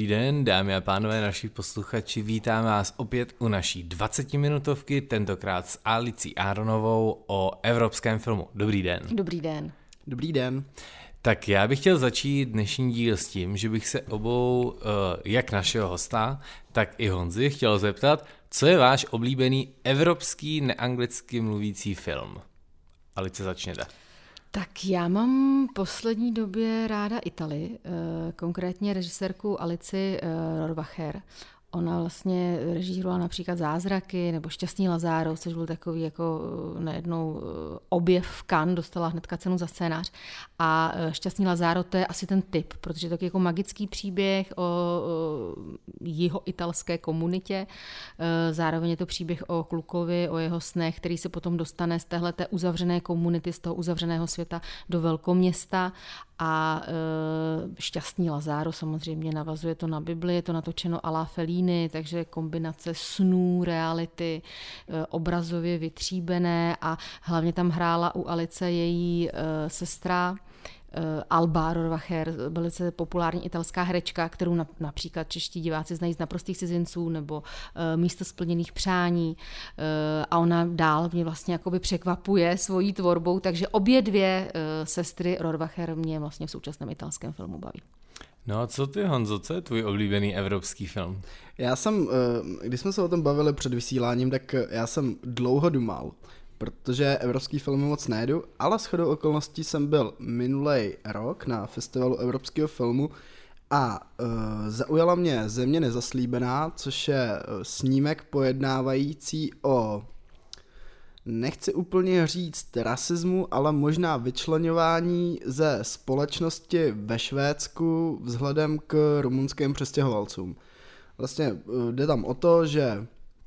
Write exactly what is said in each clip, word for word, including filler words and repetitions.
Dobrý den, dámy a pánové, naši posluchači, vítáme vás opět u naší dvacetiminutovky, tentokrát s Alicí Aronovou o evropském filmu. Dobrý den. Dobrý den. Dobrý den. Tak já bych chtěl začít dnešní díl s tím, že bych se obou, jak našeho hosta, tak i Honzy chtěl zeptat, co je váš oblíbený evropský neanglicky mluvící film? Alice, začněte. Tak já mám v poslední době ráda Italii, konkrétně režisérku Alici Rohrwacher. Ona vlastně režírovala například Zázraky nebo Šťastný Lazaro, což byl takový jako najednou objev v Cannes, dostala hnedka cenu za scénář. A Šťastný Lazaro, to je asi ten typ, protože to je jako magický příběh o jihoitalské komunitě. Zároveň je to příběh o klukovi, o jeho snech, který se potom dostane z téhleté uzavřené komunity, z toho uzavřeného světa do velkoměsta. A e, Šťastný Lazaro samozřejmě navazuje to na Bibli, je to natočeno à la Fellini, takže kombinace snů, reality, e, obrazově vytříbené a hlavně tam hrála u Alice její e, sestra Alba Rohrwacher, velice populární italská herečka, kterou například čeští diváci znají z Naprostých cizinců nebo uh, Místo splněných přání uh, a ona dál mě vlastně jakoby překvapuje svojí tvorbou, takže obě dvě uh, sestry Rohrwacher mě vlastně v současném italském filmu baví. No a co ty, Honzo, co je tvůj oblíbený evropský film? Já jsem, když jsme se o tom bavili před vysíláním, tak já jsem dlouho dumal, protože evropský filmy moc nejedu, ale shodou okolností jsem byl minulej rok na festivalu evropského filmu a uh, zaujala mě Země nezaslíbená, což je snímek pojednávající o, nechci úplně říct rasismu, ale možná vyčleňování ze společnosti ve Švédsku vzhledem k rumunským přestěhovalcům. Vlastně uh, jde tam o to, že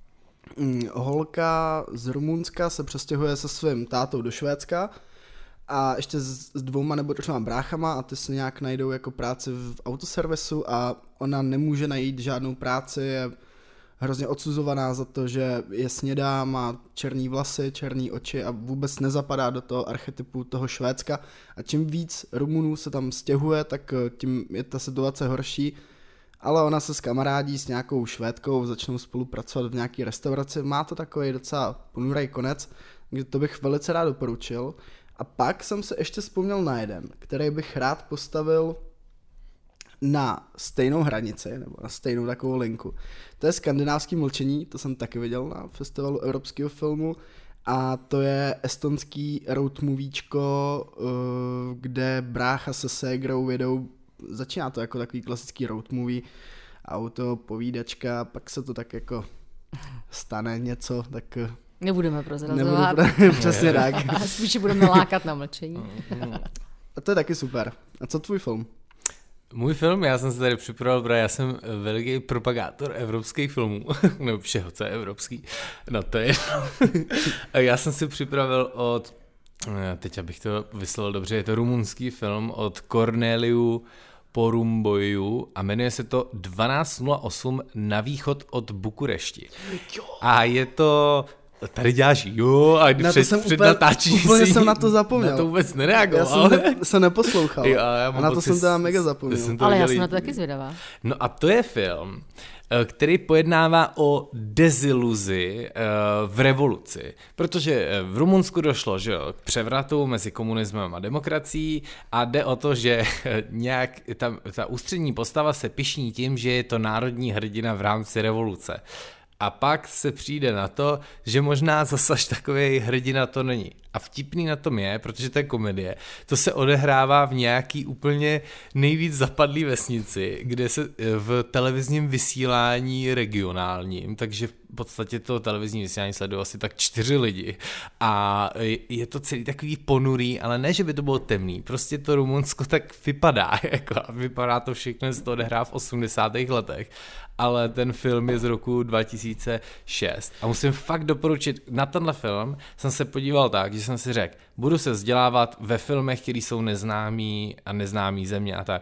holka z Rumunska se přestěhuje se svým tátou do Švédska a ještě s, s dvouma nebo třema bráchama a ty se nějak najdou jako práci v autoservisu a ona nemůže najít žádnou práci, je hrozně odsuzovaná za to, že je snědá, má černý vlasy, černý oči a vůbec nezapadá do toho archetypu toho Švédska a čím víc Rumunů se tam stěhuje, tak tím je ta situace horší. Ale ona se skamarádí s nějakou Švédkou, začnou spolupracovat v nějaké restauraci, má to takový docela ponurej konec, kde to bych velice rád doporučil. A pak jsem se ještě vzpomněl na jeden, který bych rád postavil na stejnou hranici, nebo na stejnou takovou linku. To je Skandinávský mlčení, to jsem taky viděl na festivalu evropského filmu a to je estonský road movíčko, kde brácha se ségrou jedou. Začíná to jako takový klasický road movie, auto, povídačka, pak se to tak jako stane něco, tak... Nebudeme prozrazovat. Nebudu, přesně tak. A spíš budeme lákat na mlčení. A to je taky super. A co tvůj film? Můj film, já jsem se tady připravil, protože já jsem veliký propagátor evropských filmů, nebo všeho, co je evropský, no to je já jsem si připravil od, teď abych to vyslovil dobře, je to rumunský film od Corneliu Porumboiu a jmenuje se to dvanáct nula osm na východ od Bukurešti. A je to... Tady děláš jo a na před, před úplně, natáčení úplně jsem na to zapomněl. Na to vůbec nereagoval. Já jsem ne, se neposlouchal. Jo, a, a na to jsem teda mega zapomněl. Ale já jsem na to taky zvědavá. No a to je film, který pojednává o deziluzi v revoluci. Protože v Rumunsku došlo, že jo, k převratu mezi komunismem a demokracií a jde o to, že nějak ta, ta ústřední postava se pyšní tím, že je to národní hrdina v rámci revoluce. A pak se přijde na to, že možná zase až takovej hrdina to není. A vtipný na tom je, protože to je komedie, to se odehrává v nějaký úplně nejvíc zapadlý vesnici, kde se v televizním vysílání regionálním, takže v podstatě to televizní vysílání sledují asi tak čtyři lidi. A je to celý takový ponurý, ale ne, že by to bylo temný, prostě to Rumunsko tak vypadá, jako vypadá to všechno, se to odehrá v osmdesátých letech. Ale ten film je z roku dva tisíce šest. A musím fakt doporučit, na tenhle film jsem se podíval tak, že jsem si řekl, budu se vzdělávat ve filmech, které jsou neznámý a neznámý země a tak.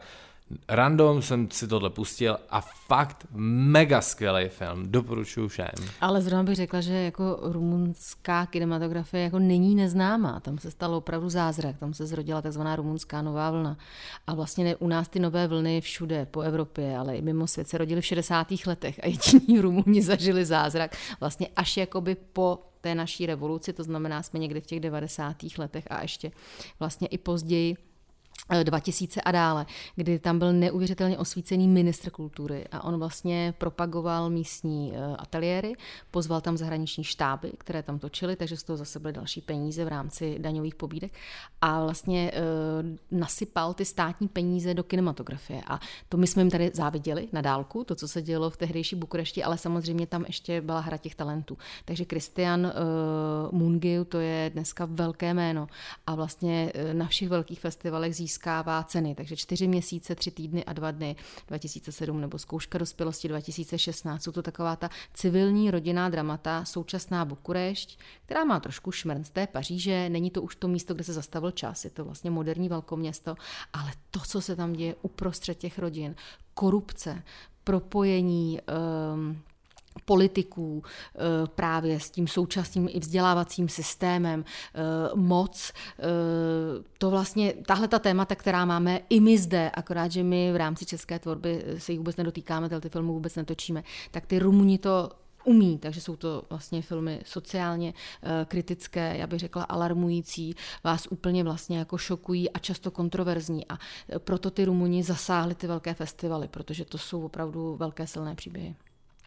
Random jsem si tohle pustil a fakt mega skvělý film, doporučuji všem. Ale zrovna bych řekla, že jako rumunská kinematografie jako není neznámá, tam se stalo opravdu zázrak, tam se zrodila takzvaná rumunská nová vlna a vlastně ne, u nás ty nové vlny všude po Evropě, ale i mimo svět se rodily v šedesátých letech a jediní Rumuni zažili zázrak vlastně až jakoby po té naší revoluci, to znamená jsme někdy v těch devadesátých letech a ještě vlastně i později dva tisíce a dále, kdy tam byl neuvěřitelně osvícený ministr kultury a on vlastně propagoval místní ateliéry, pozval tam zahraniční štáby, které tam točily, takže z toho zase byly další peníze v rámci daňových pobídek a vlastně e, nasypal ty státní peníze do kinematografie a to my jsme jim tady záviděli na dálku, to, co se dělo v tehdejší Bukurešti, ale samozřejmě tam ještě byla hra těch talentů. Takže Kristian e, Mungiu, to je dneska velké jméno a vlastně na všech velkých festivalech získává ceny, takže čtyři měsíce, tři týdny a dva dny dva tisíce sedm nebo Zkouška dospělosti dva tisíce šestnáct. Jsou to taková ta civilní rodinná dramata, současná Bukurešť, která má trošku šmrnc té Paříže, není to už to místo, kde se zastavil čas, je to vlastně moderní velkoměsto, ale to, co se tam děje uprostřed těch rodin, korupce, propojení um, politiků právě s tím současným i vzdělávacím systémem, moc, to vlastně, tahle ta témata, která máme i my zde, akorát, že my v rámci české tvorby se jich vůbec nedotýkáme, ty filmy vůbec netočíme, tak ty Rumuni to umí, takže jsou to vlastně filmy sociálně kritické, já bych řekla alarmující, vás úplně vlastně jako šokují a často kontroverzní a proto ty Rumuni zasáhli ty velké festivaly, protože to jsou opravdu velké silné příběhy.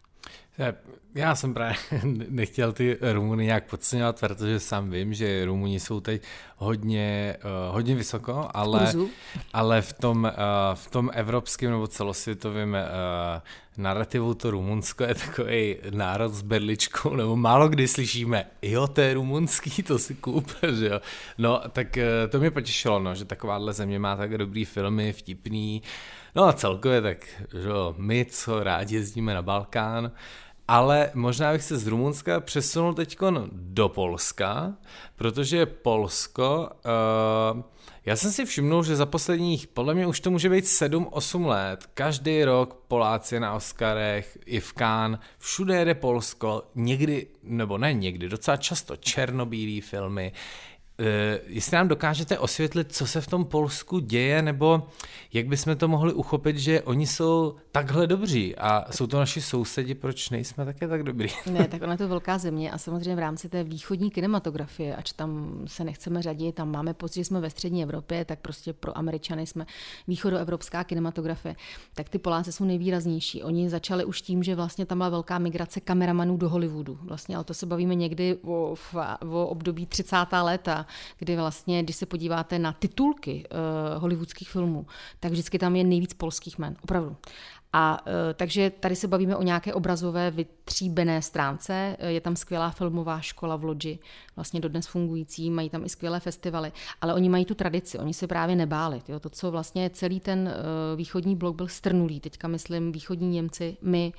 Já jsem právě nechtěl ty Rumuny nějak podceňovat, protože sám vím, že Rumuni jsou teď hodně, uh, hodně vysoko, ale, ale v, tom, uh, v tom evropském nebo celosvětovém uh, narrativu to Rumunsko je takový národ s berličkou, nebo málo kdy slyšíme, jo, to je rumunský, to si koup, že jo. No, tak uh, to mě potěšilo, no, že takováhle země má tak dobrý filmy, vtipný. No a celkově tak, že jo, my, co rádi jezdíme na Balkán, ale možná bych se z Rumunska přesunul teď do Polska, protože Polsko, uh, já jsem si všimnul, že za posledních, podle mě už to může být sedm osm let, každý rok Poláci na Oscarech, i v Cannes, všude jede Polsko, někdy, nebo ne někdy, docela často černobílý filmy. Uh, jestli nám dokážete osvětlit, co se v tom Polsku děje, nebo jak bychom to mohli uchopit, že oni jsou takhle dobří a jsou to naši sousedi, proč nejsme také tak dobrý? Ne, tak ona je to velká země a samozřejmě v rámci té východní kinematografie, ač tam se nechceme řadit, tam máme pocit, že jsme ve střední Evropě, tak prostě pro Američany jsme východoevropská kinematografie, tak ty Poláci jsou nejvýraznější. Oni začali už tím, že vlastně tam byla velká migrace kameramanů do Hollywoodu. Vlastně, ale to se bavíme někdy o, o období třicátá léta, kdy vlastně, když se podíváte na titulky uh, hollywoodských filmů, tak vždycky tam je nejvíc polských jmen, opravdu. A uh, takže tady se bavíme o nějaké obrazové vytříbené stránce, je tam skvělá filmová škola v Lodži, vlastně dodnes fungující, mají tam i skvělé festivaly, ale oni mají tu tradici, oni se právě nebáli. Jo? To, co vlastně celý ten uh, východní blok byl strnulý, teďka myslím východní Němci, my,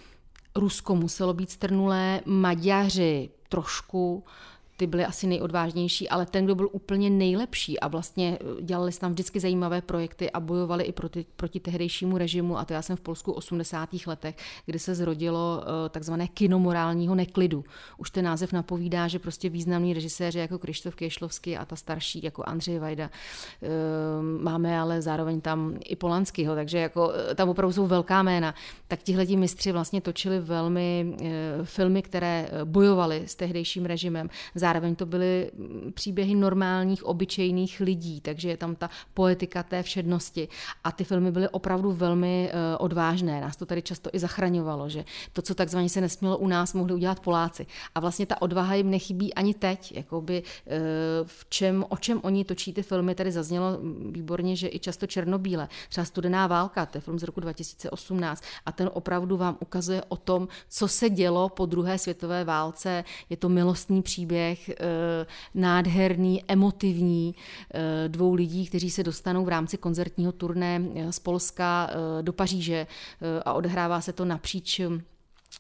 Rusko muselo být strnulé, Maďaři trošku, ty byly asi nejodvážnější, ale ten, kdo byl úplně nejlepší a vlastně dělali se tam vždycky zajímavé projekty a bojovali i proti, proti tehdejšímu režimu, a to já jsem v Polsku v osmdesátých letech, kdy se zrodilo takzvané kino morálního neklidu. Už ten název napovídá, že prostě významní režiséři jako Krzysztof Kieślowski a ta starší jako Andrzej Wajda, máme ale zároveň tam i Polanskýho, takže jako tam opravdu jsou velká jména. Tak tihleti mistři vlastně točili velmi filmy, které bojovaly s tehdejším režimem. Zároveň to byly příběhy normálních, obyčejných lidí, takže je tam ta poetika té všednosti. A ty filmy byly opravdu velmi uh, odvážné. Nás to tady často i zachraňovalo, že to, co takzvaně se nesmělo u nás, mohli udělat Poláci. A vlastně ta odvaha jim nechybí ani teď. Jakoby, uh, v čem, o čem oni točí ty filmy, tady zaznělo výborně, že i často černobíle. Třeba Studená válka, to je film z roku dva tisíce osmnáct a ten opravdu vám ukazuje o tom, co se dělo po druhé světové válce. Je to milostný příběh, nádherný, emotivní dvou lidí, kteří se dostanou v rámci koncertního turné z Polska do Paříže a odehrává se to napříč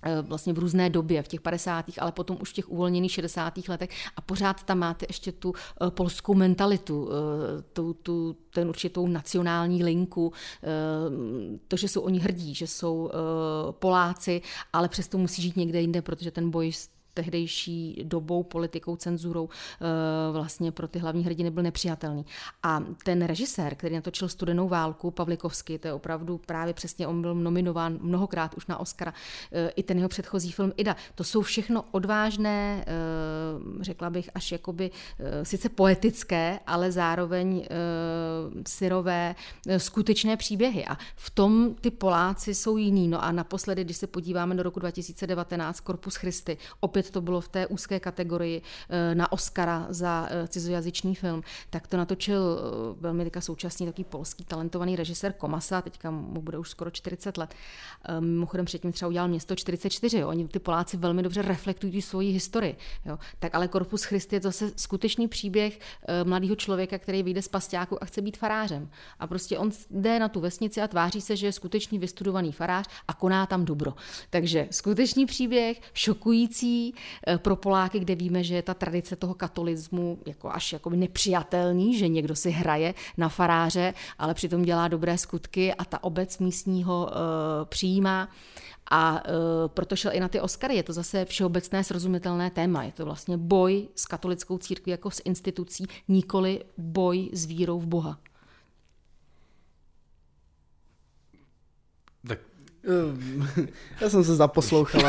vlastně v různé době, v těch padesátých, ale potom už v těch uvolněných šedesátých letech a pořád tam máte ještě tu polskou mentalitu, tu, tu, ten určitou nacionální linku, to, že jsou oni hrdí, že jsou Poláci, ale přesto musí žít někde jinde, protože ten boj tehdejší dobou, politikou, cenzurou vlastně pro ty hlavní hrdiny byl nepřijatelný. A ten režisér, který natočil Studenou válku, Pawlikowski, to je opravdu právě přesně, on byl nominován mnohokrát už na Oscara, i ten jeho předchozí film Ida. To jsou všechno odvážné, řekla bych, až jakoby sice poetické, ale zároveň syrové, skutečné příběhy. A v tom ty Poláci jsou jiný. No a naposledy, když se podíváme do roku dva tisíce devatenáct, Corpus Christi, opět to bylo v té úzké kategorii na Oscara za cizojazyčný film, tak to natočil velmi teďka současný takový polský talentovaný režisér Komasa, teďka mu bude už skoro čtyřicet let. Mimochodem předtím třeba udělal Město čtyřicet čtyři, jo. Oni ty Poláci velmi dobře reflektují svoji historii. Jo. Tak ale Corpus Christi je zase skutečný příběh mladého člověka, který vyjde z pasťáku a chce být farářem. A prostě on jde na tu vesnici a tváří se, že je skutečný vystudovaný farář a koná tam dobro. Takže skutečný příběh, šokující pro Poláky, kde víme, že je ta tradice toho katolismu jako až jako nepřijatelný, že někdo si hraje na faráře, ale přitom dělá dobré skutky a ta obec místního uh, přijímá. A uh, proto šel i na ty Oscary. Je to zase všeobecné srozumitelné téma. Je to vlastně boj s katolickou církví jako s institucí, nikoli boj s vírou v Boha. Tak já jsem se zaposlouchala.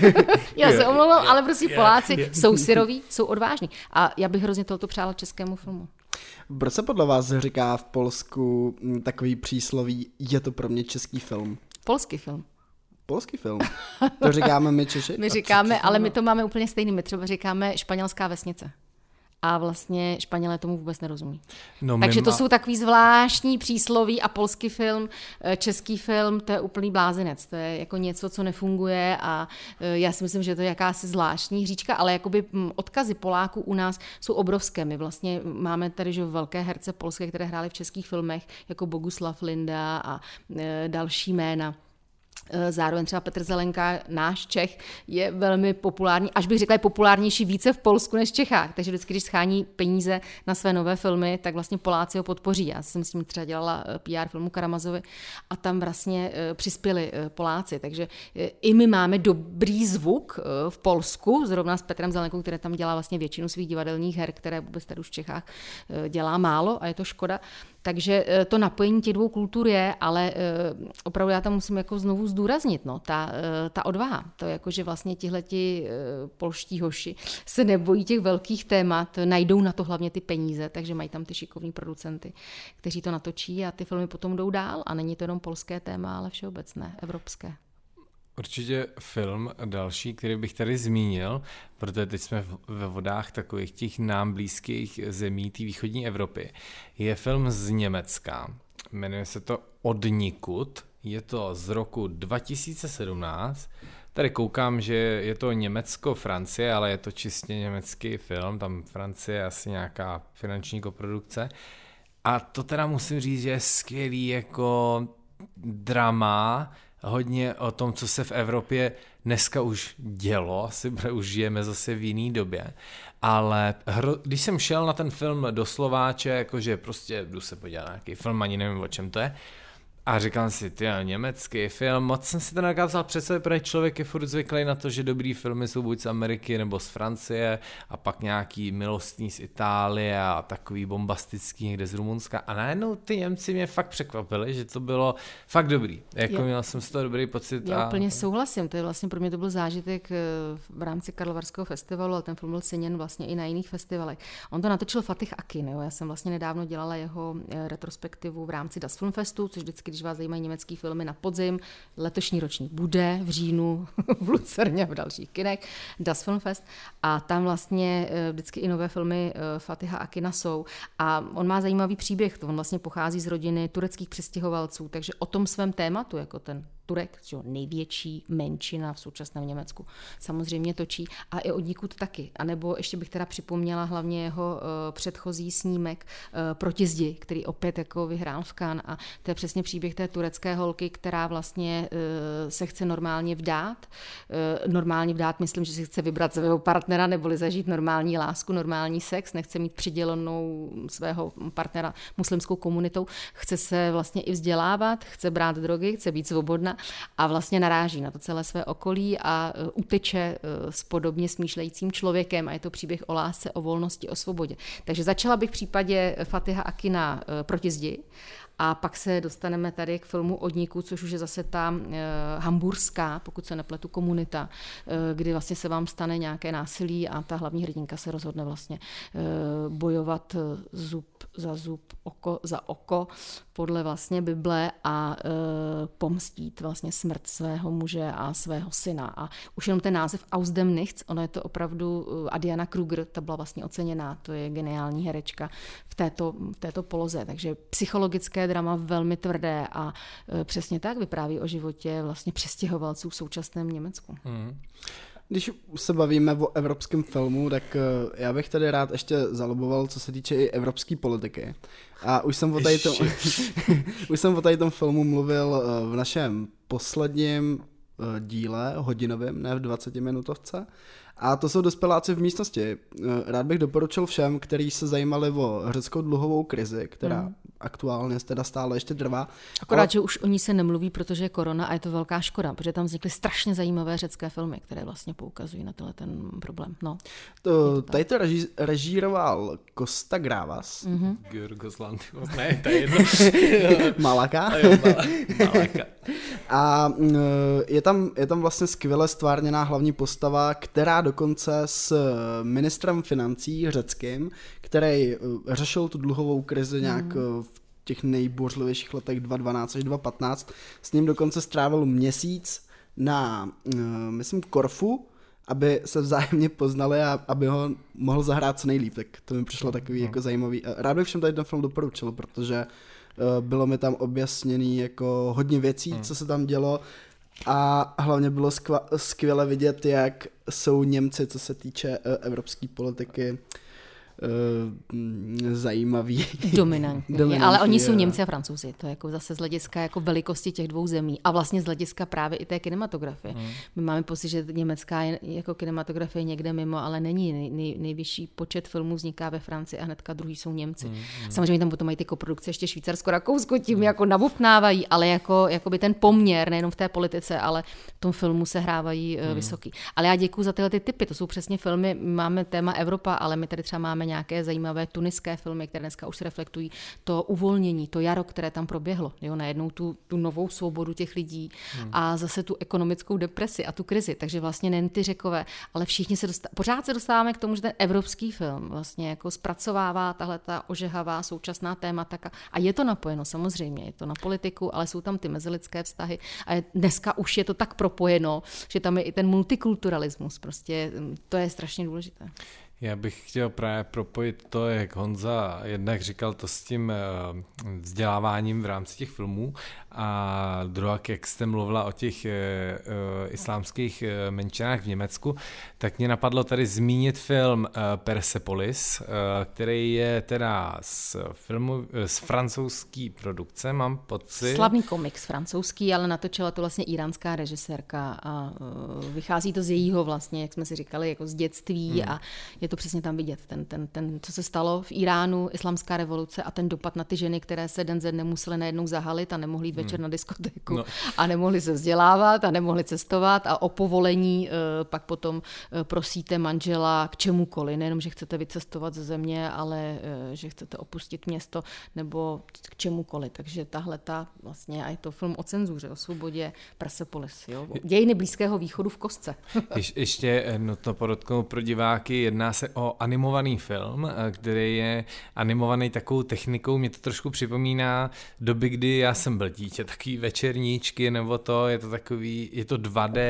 Já se omlouvám, ale prostě Poláci jsou syroví, jsou odvážní. A já bych hrozně tohoto přála českému filmu. Proč se podle vás říká v Polsku takový přísloví, je to pro mě český film? Polský film. Polský film? To říkáme my Češi? My říkáme, ale my to máme úplně stejný. My třeba říkáme španělská vesnice. A vlastně Španělé tomu vůbec nerozumí. No, Takže to má... jsou takový zvláštní přísloví a polský film, český film, to je úplný blázinec. To je jako něco, co nefunguje a já si myslím, že to je jakási zvláštní hříčka, ale jakoby odkazy Poláků u nás jsou obrovské. My vlastně máme tady že velké herce polské, které hrály v českých filmech, jako Boguslav Linda a další jména. Zároveň třeba Petr Zelenka, náš Čech, je velmi populární, až bych řekla, je populárnější více v Polsku než v Čechách. Takže vždycky, když schání peníze na své nové filmy, tak vlastně Poláci ho podpoří. Já jsem s tím třeba dělala P R filmu Karamazovi a tam vlastně přispěli Poláci. Takže i my máme dobrý zvuk v Polsku, zrovna s Petrem Zelenkou, který tam dělá vlastně většinu svých divadelních her, které vůbec tady už v Čechách dělá málo a je to škoda. Takže to napojení těch dvou kultur je, ale opravdu já tam musím jako znovu zdůraznit, no, ta, ta odvaha. To je jako, že vlastně tihleti polští hoši se nebojí těch velkých témat, najdou na to hlavně ty peníze, takže mají tam ty šikovní producenty, kteří to natočí a ty filmy potom jdou dál a není to jenom polské téma, ale všeobecné, evropské. Určitě film další, který bych tady zmínil, protože teď jsme ve vodách takových těch nám blízkých zemí té východní Evropy, je film z Německa. Jmenuje se to Odnikud, je to z roku dva tisíce sedmnáct. Tady koukám, že je to Německo-Francie, ale je to čistě německý film, tam Francie je asi nějaká finanční koprodukce. A to teda musím říct, že je skvělý jako drama, hodně o tom, co se v Evropě dneska už dělo, asi už žijeme zase v jiný době, ale hro, když jsem šel na ten film do Slováče, jakože prostě jdu se podívat na nějaký film, ani nevím, o čem to je, a říkám si, ty německý film, moc jsem si to nedokázal představit, protože člověk je furt zvyklý na to, že dobrý filmy jsou buď z Ameriky nebo z Francie a pak nějaký milostný z Itálie a takový bombastický někde z Rumunska a najednou ty Němci mě fakt překvapili, že to bylo fakt dobrý. Jako jo. Měl jsem z toho dobrý pocit. Já a... úplně souhlasím, to je vlastně pro mě to byl zážitek v rámci Karlovarského festivalu, ale ten film byl ceněn vlastně i na jiných festivalech. On to natočil Fatih Akin, jo? Já jsem vlastně nedávno dělala jeho retrospektivu v rámci Das Filmfestu, což vždycky, když vás zajímají německý filmy na podzim, letošní ročník bude v říjnu v Lucerně v dalších kinech, Das Filmfest a tam vlastně vždycky i nové filmy Fatiha Akina jsou a on má zajímavý příběh, to on vlastně pochází z rodiny tureckých přistěhovalců, takže o tom svém tématu, jako ten Turek, že největší menšina v současném Německu, samozřejmě točí a i odnikud taky. A nebo ještě bych teda připomněla hlavně jeho uh, předchozí snímek uh, Proti zdi, který opět jako vyhrál v Cannes a to je přesně příběh té turecké holky, která vlastně uh, se chce normálně vdát. Uh, normálně vdát, myslím, že si chce vybrat svého partnera neboli zažít normální lásku, normální sex, nechce mít přidělenou svého partnera muslimskou komunitou, chce se vlastně i vzdělávat, chce brát drogy, chce být svobodná a vlastně naráží na to celé své okolí a uh, uteče uh, s podobně smýšlejícím člověkem a je to příběh o lásce, o volnosti, o svobodě. Takže začala bych v případě Fatiha Akina uh, Proti zdi a pak se dostaneme tady k filmu Odnikud, což už je zase ta uh, hamburská, pokud se nepletu, komunita, uh, kdy vlastně se vám stane nějaké násilí a ta hlavní hrdinka se rozhodne vlastně uh, bojovat zub za zub, oko za oko, podle vlastně Bible a uh, pomstít vlastně smrt svého muže a svého syna. A už jenom ten název Aus dem Nichts, ono je to opravdu, uh, a Diana Kruger, ta byla vlastně oceněná, to je geniální herečka v této, v této poloze. Takže psychologické drama velmi tvrdé a uh, přesně tak vypráví o životě vlastně přestěhovalců v současném Německu. Mm. Když se bavíme o evropském filmu, tak já bych tady rád ještě zaloboval, co se týče i evropské politiky. A už jsem o tady tom, už jsem o tady tom filmu mluvil v našem posledním díle, hodinovém, ne v dvacetiminutovce. A to jsou Dospěláci v místnosti. Rád bych doporučil všem, kteří se zajímali o řeckou dluhovou krizi, která mm. aktuálně teda stále ještě trvá. Akorát, ale... že už o ní se nemluví, protože je korona a je to velká škoda, protože tam vznikly strašně zajímavé řecké filmy, které vlastně poukazují na tenhle ten problém. No. To, tady to reží, režíroval Costa Gavras. Mm-hmm. Yorgos Lanthimos. Ne, to je jedno. Malaka. Malaka. A je tam, je tam vlastně skvěle stvárněná hlavní postava, která dokonce s ministrem financí řeckým, který řešil tu dluhovou krizi nějak mm. v těch nejbouřlivějších letech dva tisíce dvanáct až dva tisíce patnáct, s ním dokonce strávil měsíc na, myslím, Korfu, aby se vzájemně poznali a aby ho mohl zahrát co nejlíp, tak to mi přišlo takový mm. jako zajímavý. Rád bych všem tady ten film doporučil, protože bylo mi tam objasněný jako hodně věcí, mm. co se tam dělo. A hlavně bylo skva- skvěle vidět, jak jsou Němci, co se týče uh, evropské politiky, uh, zajímaví. Dominantní, Dominantní, ale oni jsou Němci a Francouzi, to je jako zase z hlediska jako velikosti těch dvou zemí a vlastně z hlediska právě i té kinematografie. Hmm. My máme pocit, že německá je, jako kinematografie někde mimo, ale není. Nej, nej, nejvyšší počet filmů vzniká ve Francii a hnedka druhý jsou Němci. Hmm. Samozřejmě tam potom mají ty koprodukce ještě Švýcarsko, Rakousko, tím hmm. jako navupnávají, ale jako jakoby ten poměr, nejenom v té politice, ale v tom filmu se hrávají hmm. vysoký. Ale já děkuju za tyhle ty tipy, to jsou přesně filmy, máme téma Evropa, ale my tady třeba máme nějaké zajímavé tuniské filmy, které dneska už se reflektují to uvolnění, to jaro, které tam proběhlo, jo, najednou tu, tu novou svobodu těch lidí hmm. a zase tu ekonomickou depresi a tu krizi, takže vlastně nejen ty Řekové, ale všichni se dostáváme, pořád se dostáváme k tomu, že ten evropský film vlastně jako zpracovává tahle ta ožehavá současná témata a je to napojeno samozřejmě, je to na politiku, ale jsou tam ty mezilidské vztahy a dneska už je to tak propojeno, že tam je i ten multikulturalismus, prostě to je strašně důležité. Já bych chtěl právě propojit to, jak Honza jednak říkal to s tím vzděláváním v rámci těch filmů a druhak, jak jste mluvila o těch islámských menšinách v Německu, tak mě napadlo tady zmínit film Persepolis, který je teda z filmu, z francouzský produkce, mám pocit. Slavný komiks francouzský, ale natočila to vlastně iránská režisérka a vychází to z jejího vlastně, jak jsme si říkali, jako z dětství hmm. a je to přesně tam vidět, ten, ten, ten, co se stalo v Iránu, islámská revoluce a ten dopad na ty ženy, které se den ze dne musely najednou zahalit a nemohly jít večer hmm. na diskotéku no. a nemohly se vzdělávat a nemohly cestovat a o povolení uh, pak potom uh, prosíte manžela k čemukoliv, nejenom, že chcete vycestovat ze země, ale uh, že chcete opustit město nebo k čemukoliv. Takže tahle ta vlastně, a je to film o cenzuře, o svobodě, Persepolis, jo? Dějiny Blízkého východu v kostce. Ješ, ještě nutno podotknout pro diváky, jedná se o animovaný film, který je animovaný takovou technikou, mě to trošku připomíná doby, kdy já jsem byl dítě, takový večerníčky nebo to, je to takový, je to dva dé, fakt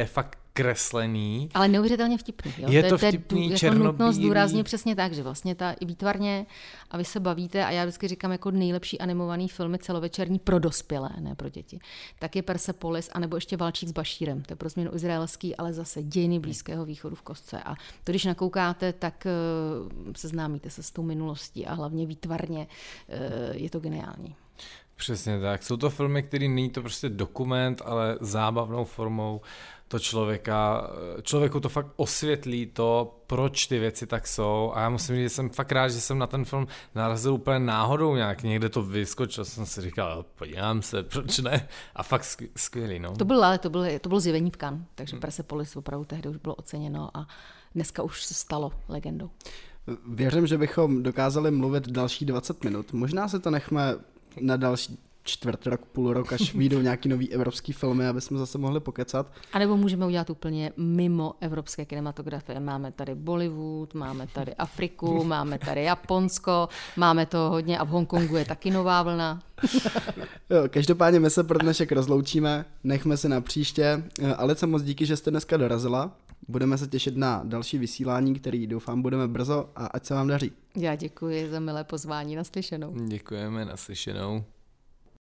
nakreslený. Ale neuvěřitelně vtipný. Jo? Je to vtipný, to je jako nutno zdůraznit přesně tak, že vlastně ta výtvarně a vy se bavíte a já vždycky říkám jako nejlepší animovaný filmy celovečerní pro dospělé, ne pro děti. Tak je Persepolis anebo ještě Valčík s Bašírem. To je pro změnu izraelský, ale zase dějiny Blízkého východu v kostce. A to, když nakoukáte, tak uh, seznámíte se s tou minulostí a hlavně výtvarně uh, je to geniální. Přesně tak. Jsou to filmy, které není to prostě dokument, ale zábavnou formou to člověka, člověku to fakt osvětlí to, proč ty věci tak jsou. A já musím říct, že jsem fakt rád, že jsem na ten film narazil úplně náhodou nějak. Někde to vyskočil, jsem si říkal, podívám se, proč ne? A fakt skvělý, no. To byl, ale to byl, to byl zjevení v Cannes, takže Persepolis opravdu tehdy už bylo oceněno a dneska už se stalo legendou. Věřím, že bychom dokázali mluvit další dvacet minut. Možná se to nechme na další čtvrt rok, půl rok, až vyjdou nějaký nový evropský filmy, aby jsme zase mohli pokecat. A nebo můžeme udělat úplně mimo evropské kinematografie. Máme tady Bollywood, máme tady Afriku, máme tady Japonsko, máme to hodně a v Hongkongu je taky nová vlna. Jo, každopádně my se pro dnešek rozloučíme, nechme se na příště. Alice, moc díky, že jste dneska dorazila. Budeme se těšit na další vysílání, který doufám budeme brzo a ať se vám daří. Já děkuji za milé pozvání, naslyšenou. Děkujeme, naslyšenou.